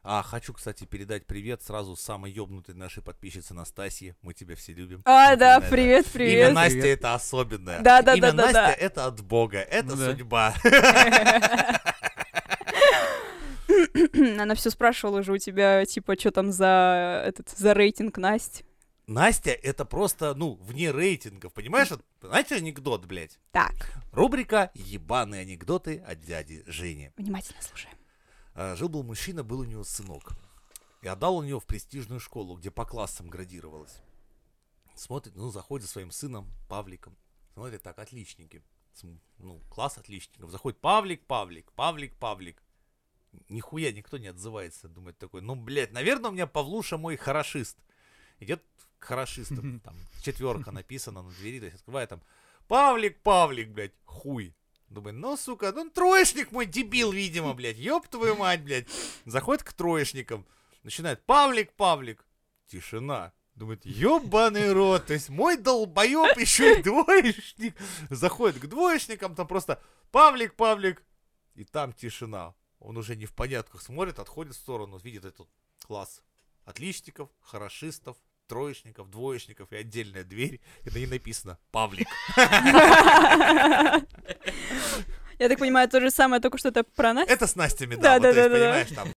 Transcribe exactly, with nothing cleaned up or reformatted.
А, хочу, кстати, передать привет сразу самой ёбнутой нашей подписчице Настасье. Мы тебя все любим. А, да, Напоминаю, привет, Имя привет. Настя Привет. это особенное. Да, да, Имя да, да, Настя да. это от Бога, это Ну да. судьба. Она все спрашивала уже у тебя, типа, что там за этот за рейтинг Насти. Настя это просто, ну, вне рейтингов, понимаешь? Вот, знаете анекдот, блядь? Так, Рубрика «Ебаные анекдоты от дяди Жени». внимательно слушаем. А, Жил-был мужчина, был у него сынок. И отдал он его в престижную школу, где по классам градировалось. Смотрит, ну, заходит за своим сыном Павликом. Смотрит, так, отличники. См- Ну, класс отличников. Заходит Павлик, Павлик, Павлик, Павлик. Нихуя никто не отзывается. Думает такой, ну, блядь, наверное, у меня Павлуша мой хорошист. Идет к хорошистам, там, четверка написана на двери, то есть открывает там, Павлик, Павлик, блядь, хуй. Думаю, ну, сука, ну, троечник мой, дебил, видимо, блядь, ёб твою мать, блядь. Заходит к троечникам, начинает, Павлик, Павлик. Тишина. Думает, ёбаный рот, то есть мой долбоёб еще и двоечник. Заходит к двоечникам, там просто, Павлик, Павлик. И там тишина. Он уже не в понятках смотрит, отходит в сторону, видит этот класс отличников, хорошистов, троечников, двоечников и отдельная дверь, и на ней написано «Павлик». Я так понимаю, то же самое, только что это про Настю? Это с Настями, да, Да, вот, да, то есть, да, да, да. понимаешь, там